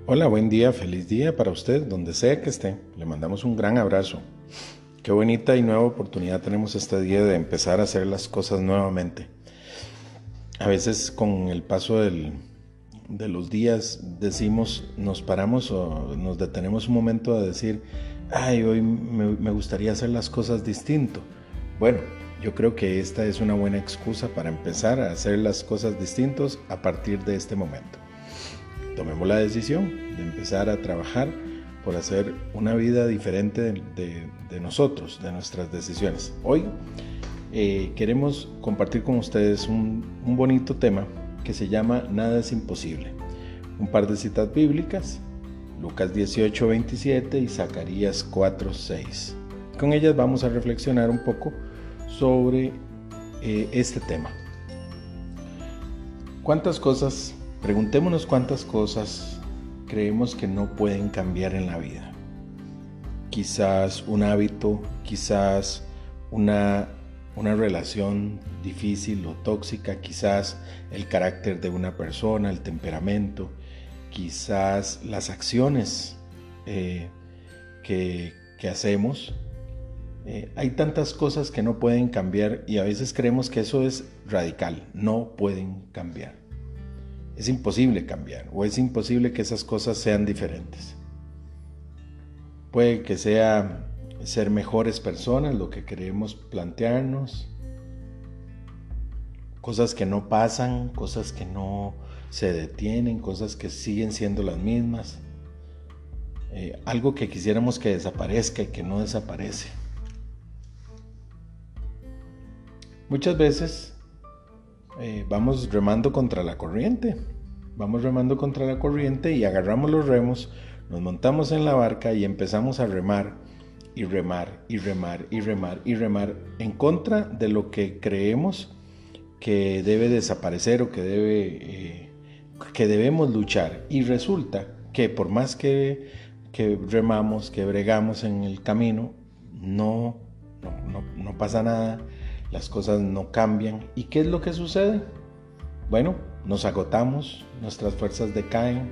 Hola, buen día, feliz día para usted, donde sea que esté. Le mandamos un gran abrazo. Qué bonita y nueva oportunidad tenemos este día de empezar a hacer las cosas nuevamente. A veces con el paso de los días nos paramos o nos detenemos un momento a decir, hoy me gustaría hacer las cosas distinto. Bueno, yo creo que esta es una buena excusa para empezar a hacer las cosas distintos a partir de este momento. Tomemos la decisión de empezar a trabajar por hacer una vida diferente de nosotros, de nuestras decisiones. Hoy queremos compartir con ustedes un bonito tema que se llama Nada es imposible. Un par de citas bíblicas, Lucas 18:27 y Zacarías 4:6. Con ellas vamos a reflexionar un poco sobre este tema. Preguntémonos cuántas cosas creemos que no pueden cambiar en la vida. Quizás un hábito, quizás una relación difícil o tóxica, quizás el carácter de una persona, el temperamento, quizás las acciones que hacemos. Hay tantas cosas que no pueden cambiar y a veces creemos que eso es radical, no pueden cambiar. Es imposible cambiar o es imposible que esas cosas sean diferentes. Puede que sea ser mejores personas lo que queremos plantearnos, cosas que no pasan, cosas que no se detienen, cosas que siguen siendo las mismas, algo que quisiéramos que desaparezca y que no desaparece. Muchas veces vamos remando contra la corriente y agarramos los remos, nos montamos en la barca y empezamos a remar en contra de lo que creemos que debe desaparecer o que debemos luchar. Y resulta que por más que remamos, que bregamos en el camino, no pasa nada. Las cosas no cambian. ¿Y qué es lo que sucede? Bueno, nos agotamos, nuestras fuerzas decaen,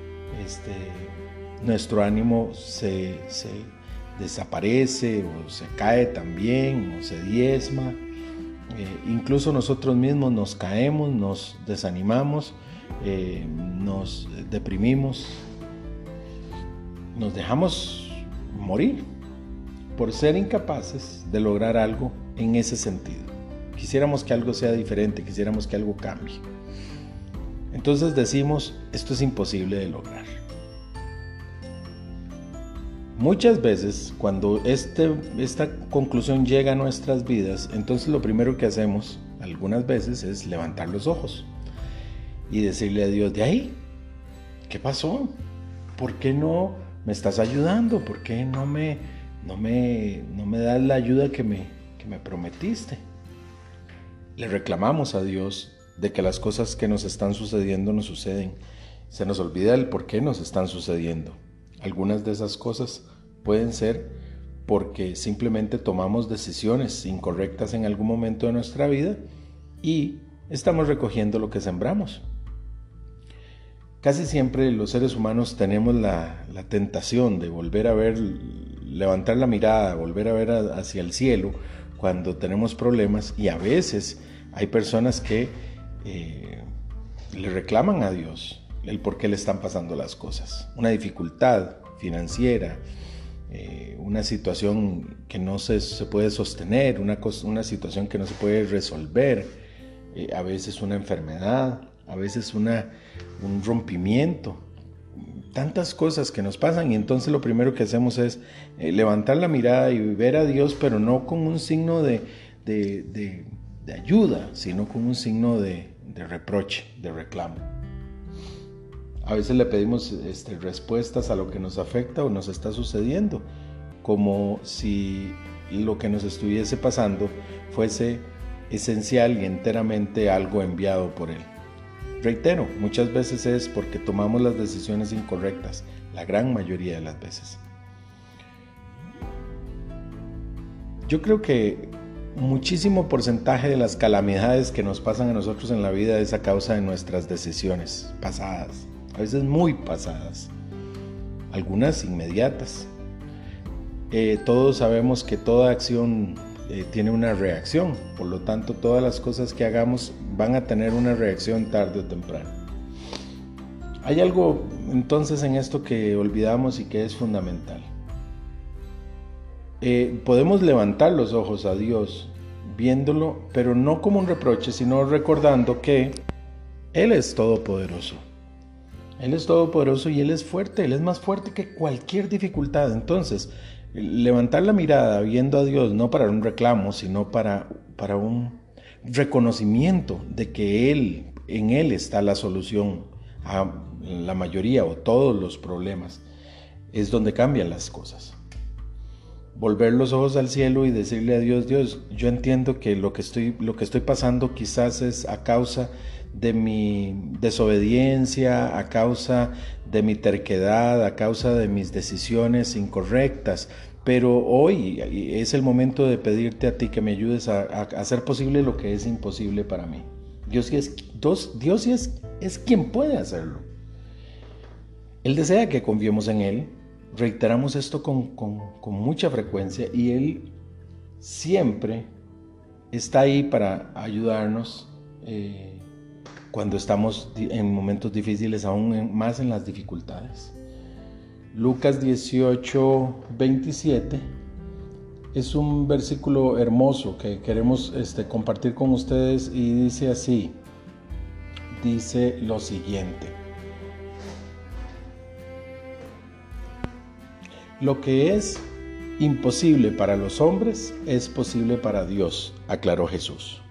nuestro ánimo se desaparece o se cae también o se diezma. Incluso nosotros mismos nos caemos, nos desanimamos, nos deprimimos, nos dejamos morir por ser incapaces de lograr algo en ese sentido. Quisiéramos que algo sea diferente, quisiéramos que algo cambie. Entonces decimos, esto es imposible de lograr. Muchas veces, cuando esta conclusión llega a nuestras vidas, entonces lo primero que hacemos, algunas veces, es levantar los ojos y decirle a Dios, ¿de ahí? ¿Qué pasó? ¿Por qué no me estás ayudando? ¿Por qué no me das la ayuda que me prometiste? Le reclamamos a Dios de que las cosas que nos están sucediendo nos suceden. Se nos olvida el por qué nos están sucediendo. Algunas de esas cosas pueden ser porque simplemente tomamos decisiones incorrectas en algún momento de nuestra vida y estamos recogiendo lo que sembramos. Casi siempre los seres humanos tenemos la tentación de volver a ver, levantar la mirada, volver a ver hacia el cielo cuando tenemos problemas, y a veces hay personas que le reclaman a Dios el por qué le están pasando las cosas. Una dificultad financiera, una situación que no se puede sostener, una situación que no se puede resolver, a veces una enfermedad, a veces un rompimiento, tantas cosas que nos pasan, y entonces lo primero que hacemos es levantar la mirada y ver a Dios, pero no con un signo de ayuda, sino con un signo de reproche, de reclamo. A veces le pedimos respuestas a lo que nos afecta o nos está sucediendo, como si lo que nos estuviese pasando fuese esencial y enteramente algo enviado por Él. Reitero, muchas veces es porque tomamos las decisiones incorrectas, la gran mayoría de las veces. Yo creo que muchísimo porcentaje de las calamidades que nos pasan a nosotros en la vida es a causa de nuestras decisiones pasadas, a veces muy pasadas. algunas inmediatas. Todos sabemos que toda acción tiene una reacción, por lo tanto todas las cosas que hagamos van a tener una reacción tarde o temprano. Hay algo entonces en esto que olvidamos y que es fundamental. Podemos levantar los ojos a Dios viéndolo, pero no como un reproche, sino recordando que Él es todopoderoso. Él es todopoderoso y Él es fuerte, Él es más fuerte que cualquier dificultad. Entonces, levantar la mirada viendo a Dios no para un reclamo, sino para un reconocimiento de que en Él está la solución a la mayoría o todos los problemas, es donde cambian las cosas. Volver los ojos al cielo y decirle a Dios: Dios, yo entiendo que lo que estoy pasando quizás es a causa de mi desobediencia, a causa de mi terquedad, a causa de mis decisiones incorrectas, pero hoy es el momento de pedirte a ti que me ayudes a hacer posible lo que es imposible para mí. Dios es quien puede hacerlo. Él desea que confiemos en Él. Reiteramos esto con mucha frecuencia y Él siempre está ahí para ayudarnos cuando estamos en momentos difíciles, aún más en las dificultades. Lucas 18:27 es un versículo hermoso que queremos compartir con ustedes y dice así, dice lo siguiente: lo que es imposible para los hombres es posible para Dios, aclaró Jesús.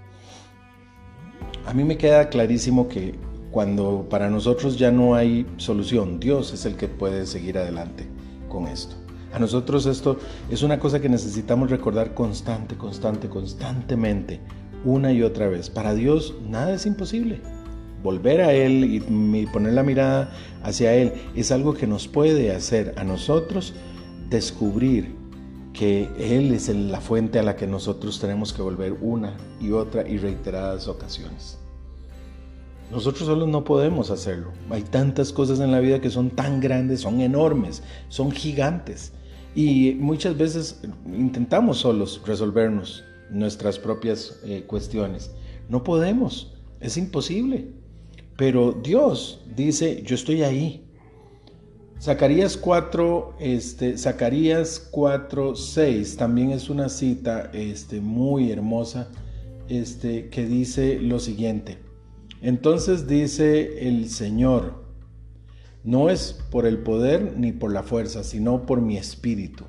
A mí me queda clarísimo que cuando para nosotros ya no hay solución, Dios es el que puede seguir adelante con esto. A nosotros esto es una cosa que necesitamos recordar constantemente, una y otra vez. Para Dios nada es imposible. Volver a Él y poner la mirada hacia Él es algo que nos puede hacer a nosotros descubrir que Él es la fuente a la que nosotros tenemos que volver una y otra y reiteradas ocasiones. Nosotros solos no podemos hacerlo. Hay tantas cosas en la vida que son tan grandes, son enormes, son gigantes. Y muchas veces intentamos solos resolvernos nuestras propias cuestiones. No podemos, es imposible. Pero Dios dice: yo estoy ahí. Zacarías 4:6 también es una cita muy hermosa que dice lo siguiente: entonces dice el Señor, no es por el poder ni por la fuerza, sino por mi espíritu.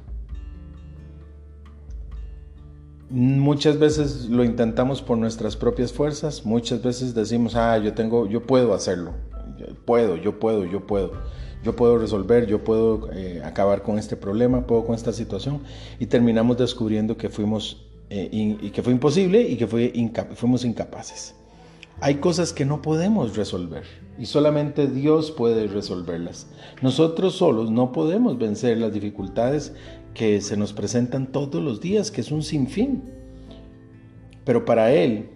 Muchas veces lo intentamos por nuestras propias fuerzas, muchas veces decimos: yo puedo hacerlo, yo puedo resolver, yo puedo acabar con este problema, puedo con esta situación, y terminamos descubriendo que que fue imposible y que fuimos incapaces. Hay cosas que no podemos resolver y solamente Dios puede resolverlas. Nosotros solos no podemos vencer las dificultades que se nos presentan todos los días, que es un sinfín. Pero para Él,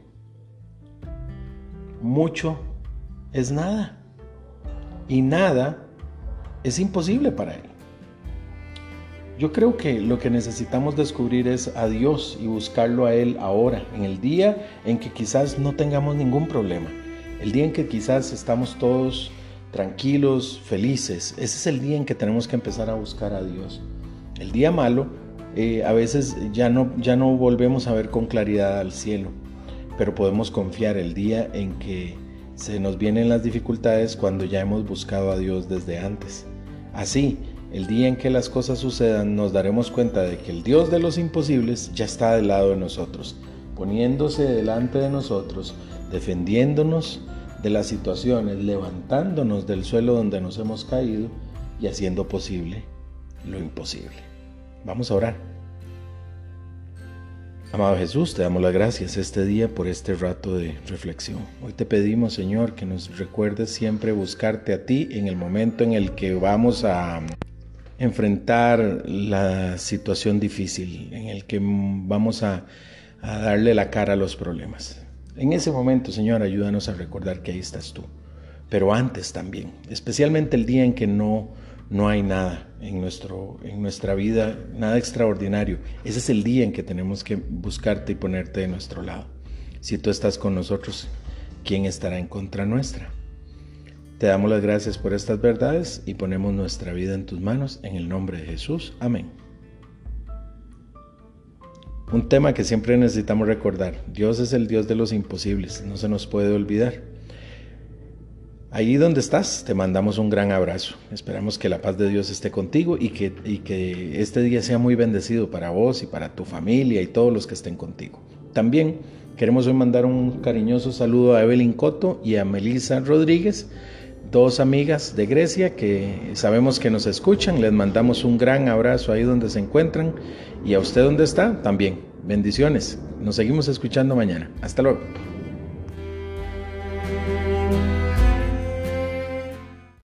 mucho es nada y nada es imposible para Él. Yo creo que lo que necesitamos descubrir es a Dios y buscarlo a Él ahora, en el día en que quizás no tengamos ningún problema, el día en que quizás estamos todos tranquilos, felices. Ese es el día en que tenemos que empezar a buscar a Dios. El día malo, a veces ya no volvemos a ver con claridad al cielo, pero podemos confiar el día en que se nos vienen las dificultades cuando ya hemos buscado a Dios desde antes. Así, el día en que las cosas sucedan, nos daremos cuenta de que el Dios de los imposibles ya está del lado de nosotros, poniéndose delante de nosotros, defendiéndonos de las situaciones, levantándonos del suelo donde nos hemos caído y haciendo posible lo imposible. Vamos a orar. Amado Jesús, te damos las gracias este día por este rato de reflexión. Hoy te pedimos, Señor, que nos recuerdes siempre buscarte a ti en el momento en el que vamos a enfrentar la situación difícil, en el que vamos a darle la cara a los problemas. En ese momento, Señor, ayúdanos a recordar que ahí estás tú. Pero antes también, especialmente el día en que no no hay nada en nuestra vida, nada extraordinario. Ese es el día en que tenemos que buscarte y ponerte de nuestro lado. Si tú estás con nosotros, ¿quién estará en contra nuestra? Te damos las gracias por estas verdades y ponemos nuestra vida en tus manos, en el nombre de Jesús. Amén. Un tema que siempre necesitamos recordar: Dios es el Dios de los imposibles, no se nos puede olvidar. Ahí donde estás, te mandamos un gran abrazo. Esperamos que la paz de Dios esté contigo y que este día sea muy bendecido para vos y para tu familia y todos los que estén contigo. También queremos hoy mandar un cariñoso saludo a Evelyn Coto y a Melissa Rodríguez, dos amigas de Grecia que sabemos que nos escuchan. Les mandamos un gran abrazo ahí donde se encuentran, y a usted donde está también. Bendiciones. Nos seguimos escuchando mañana. Hasta luego.